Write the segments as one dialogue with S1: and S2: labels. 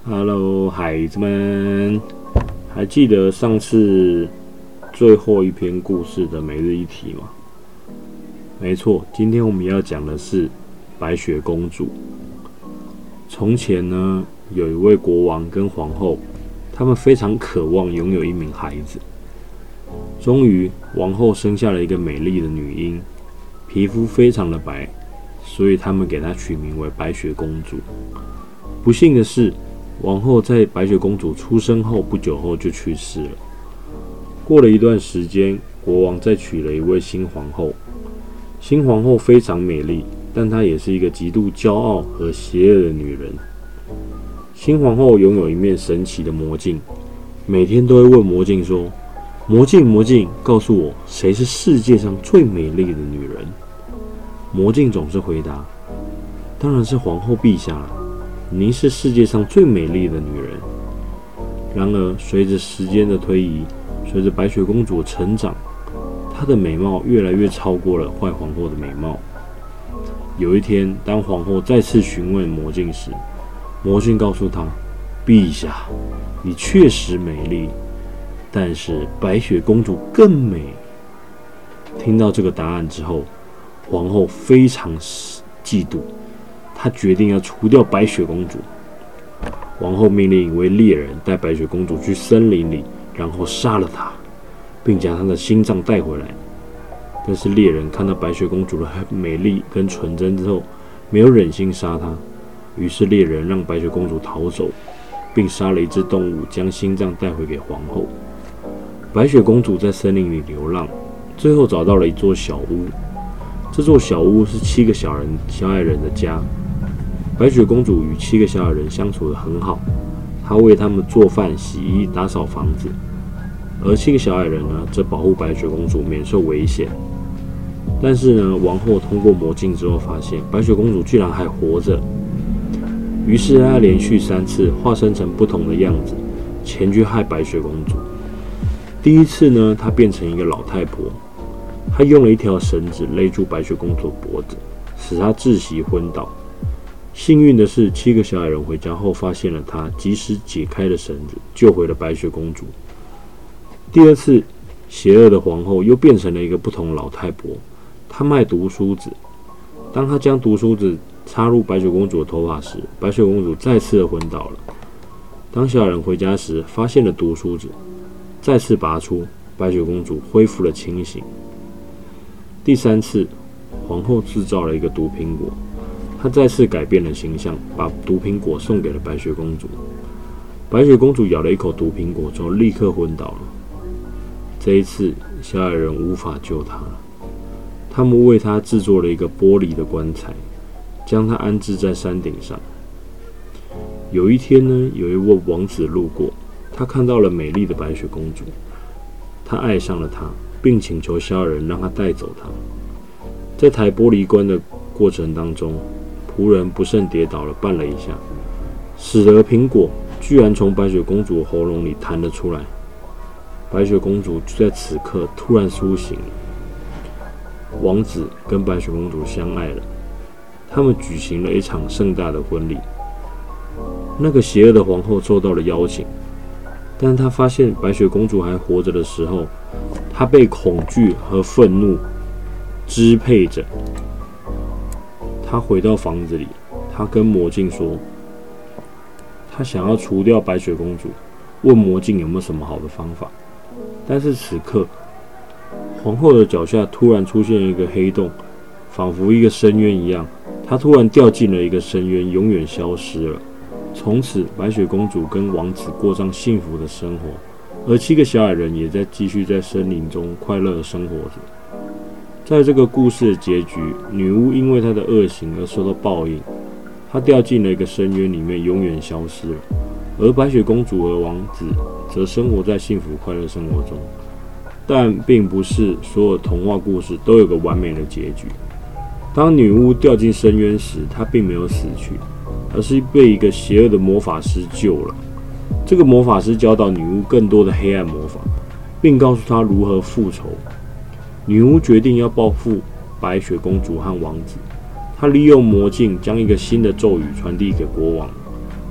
S1: Hello，孩子们，还记得上次最后一篇故事的每日一题吗？没错，今天我们要讲的是白雪公主。从前呢，有一位国王跟皇后，他们非常渴望拥有一名孩子。终于，王后生下了一个美丽的女婴，皮肤非常的白，所以他们给她取名为白雪公主。不幸的是，王后在白雪公主出生后不久后就去世了。过了一段时间，国王再娶了一位新皇后。新皇后非常美丽，但她也是一个极度骄傲和邪恶的女人。新皇后拥有一面神奇的魔镜，每天都会问魔镜说：“魔镜，魔镜，告诉我谁是世界上最美丽的女人？”魔镜总是回答：“当然是皇后陛下了。您是世界上最美丽的女人。”然而，随着时间的推移，随着白雪公主的成长，她的美貌越来越超过了坏皇后的美貌。有一天，当皇后再次询问魔镜时，魔镜告诉她：“陛下，你确实美丽，但是白雪公主更美。”听到这个答案之后，皇后非常嫉妒。他决定要除掉白雪公主。王后命令一位猎人带白雪公主去森林里，然后杀了她，并将她的心脏带回来。但是猎人看到白雪公主的美丽跟纯真之后，没有忍心杀她，于是猎人让白雪公主逃走，并杀了一只动物，将心脏带回给皇后。白雪公主在森林里流浪，最后找到了一座小屋。这座小屋是7个小矮人的家。白雪公主与7个小矮人相处得很好，她为他们做饭、洗衣、打扫房子，而7个小矮人呢，则保护白雪公主免受危险。但是呢，王后通过魔镜之后发现，白雪公主居然还活着，于是她连续3次化身成不同的样子，前去害白雪公主。第一次呢，她变成一个老太婆，她用了一条绳子勒住白雪公主的脖子，使她窒息昏倒。幸运的是，7个小矮人回家后发现了她，及时解开了绳子，救回了白雪公主。第二次，邪恶的皇后又变成了一个不同的老太婆，她卖毒梳子。当她将毒梳子插入白雪公主的头发时，白雪公主再次的昏倒了。当小矮人回家时，发现了毒梳子，再次拔出，白雪公主恢复了清醒。第3次，皇后制造了一个毒苹果。她再次改变了形象，把毒苹果送给了白雪公主。白雪公主咬了一口毒苹果之后，立刻昏倒了。这一次，小矮人无法救她了。他们为她制作了一个玻璃的棺材，将她安置在山顶上。有一天呢，有一位王子路过，他看到了美丽的白雪公主，他爱上了她，并请求小矮人让他带走她。在抬玻璃棺的过程当中，仆人不慎跌倒了，绊了一下，使得苹果居然从白雪公主的喉咙里弹了出来。白雪公主就在此刻突然苏醒了。王子跟白雪公主相爱了，他们举行了一场盛大的婚礼。那个邪恶的皇后受到了邀请，但是她发现白雪公主还活着的时候，她被恐惧和愤怒支配着。她回到房子里，她跟魔镜说，她想要除掉白雪公主，问魔镜有没有什么好的方法。但是此刻，皇后的脚下突然出现一个黑洞，仿佛一个深渊一样，她突然掉进了一个深渊，永远消失了。从此，白雪公主跟王子过上幸福的生活，而7个小矮人也继续在森林中快乐的生活着。在这个故事的结局，女巫因为她的恶行而受到报应，她掉进了一个深渊里面，永远消失了。而白雪公主和王子则生活在幸福快乐生活中。但并不是所有童话故事都有个完美的结局。当女巫掉进深渊时，她并没有死去，而是被一个邪恶的魔法师救了。这个魔法师教导女巫更多的黑暗魔法，并告诉她如何复仇。女巫决定要报复白雪公主和王子，她利用魔镜将一个新的咒语传递给国王。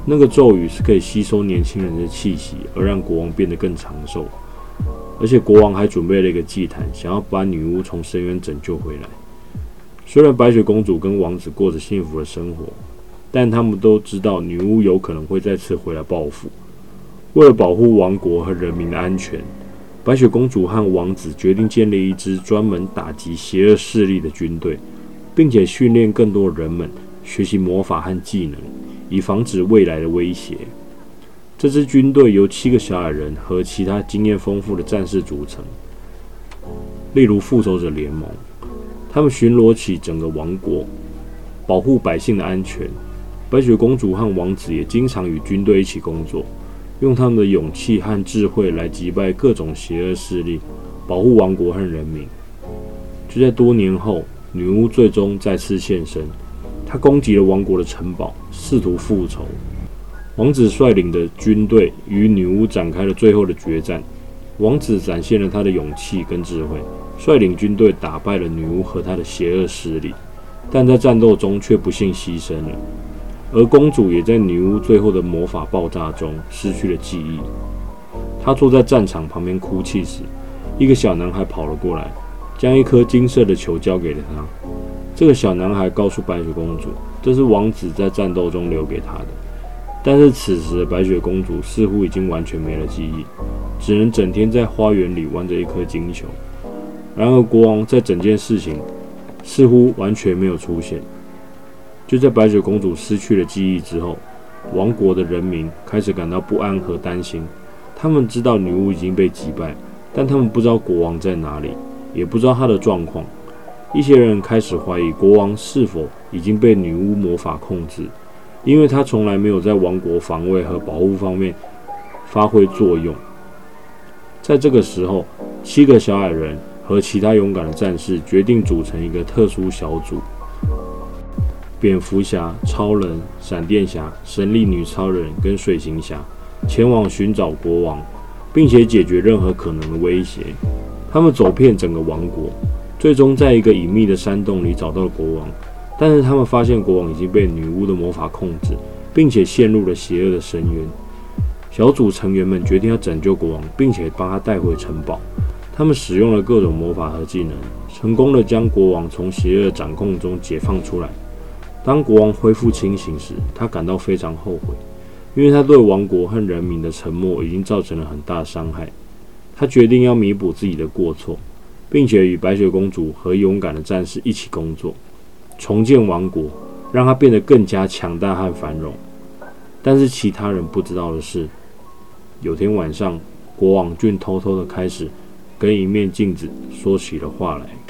S1: 那个咒语是可以吸收年轻人的气息，而让国王变得更长寿。而且国王还准备了一个祭坛，想要把女巫从深渊拯救回来。虽然白雪公主跟王子过着幸福的生活，但他们都知道女巫有可能会再次回来报复。为了保护王国和人民的安全，白雪公主和王子决定建立一支专门打击邪恶势力的军队，并且训练更多人们学习魔法和技能，以防止未来的威胁。这支军队由7个小矮人和其他经验丰富的战士组成，例如复仇者联盟。他们巡逻起整个王国，保护百姓的安全。白雪公主和王子也经常与军队一起工作，用他们的勇气和智慧来击败各种邪恶势力，保护王国和人民。就在多年后，女巫最终再次现身，她攻击了王国的城堡，试图复仇。王子率领的军队与女巫展开了最后的决战。王子展现了他的勇气跟智慧，率领军队打败了女巫和她的邪恶势力，但在战斗中却不幸牺牲了。而公主也在女巫最后的魔法爆炸中失去了记忆。她坐在战场旁边哭泣时，一个小男孩跑了过来，将一颗金色的球交给了她。这个小男孩告诉白雪公主，这是王子在战斗中留给她的。但是此时的白雪公主似乎已经完全没了记忆，只能整天在花园里玩着一颗金球。然而国王在整件事情似乎完全没有出现。就在白雪公主失去了记忆之后，王国的人民开始感到不安和担心。他们知道女巫已经被击败，但他们不知道国王在哪里，也不知道他的状况。一些人开始怀疑国王是否已经被女巫魔法控制，因为他从来没有在王国防卫和保护方面发挥作用。在这个时候，7个小矮人和其他勇敢的战士决定组成一个特殊小组。蝙蝠侠、超人、闪电侠、神力女超人跟水行侠前往寻找国王，并且解决任何可能的威胁。他们走遍整个王国，最终在一个隐秘的山洞里找到了国王。但是他们发现国王已经被女巫的魔法控制，并且陷入了邪恶的深渊。小组成员们决定要拯救国王，并且帮他带回城堡。他们使用了各种魔法和技能，成功地将国王从邪恶掌控中解放出来。当国王恢复清醒时，他感到非常后悔，因为他对王国和人民的沉默已经造成了很大的伤害。他决定要弥补自己的过错，并且与白雪公主和勇敢的战士一起工作，重建王国，让它变得更加强大和繁荣。但是其他人不知道的是，有天晚上，国王竟偷偷地开始跟一面镜子说起了话来。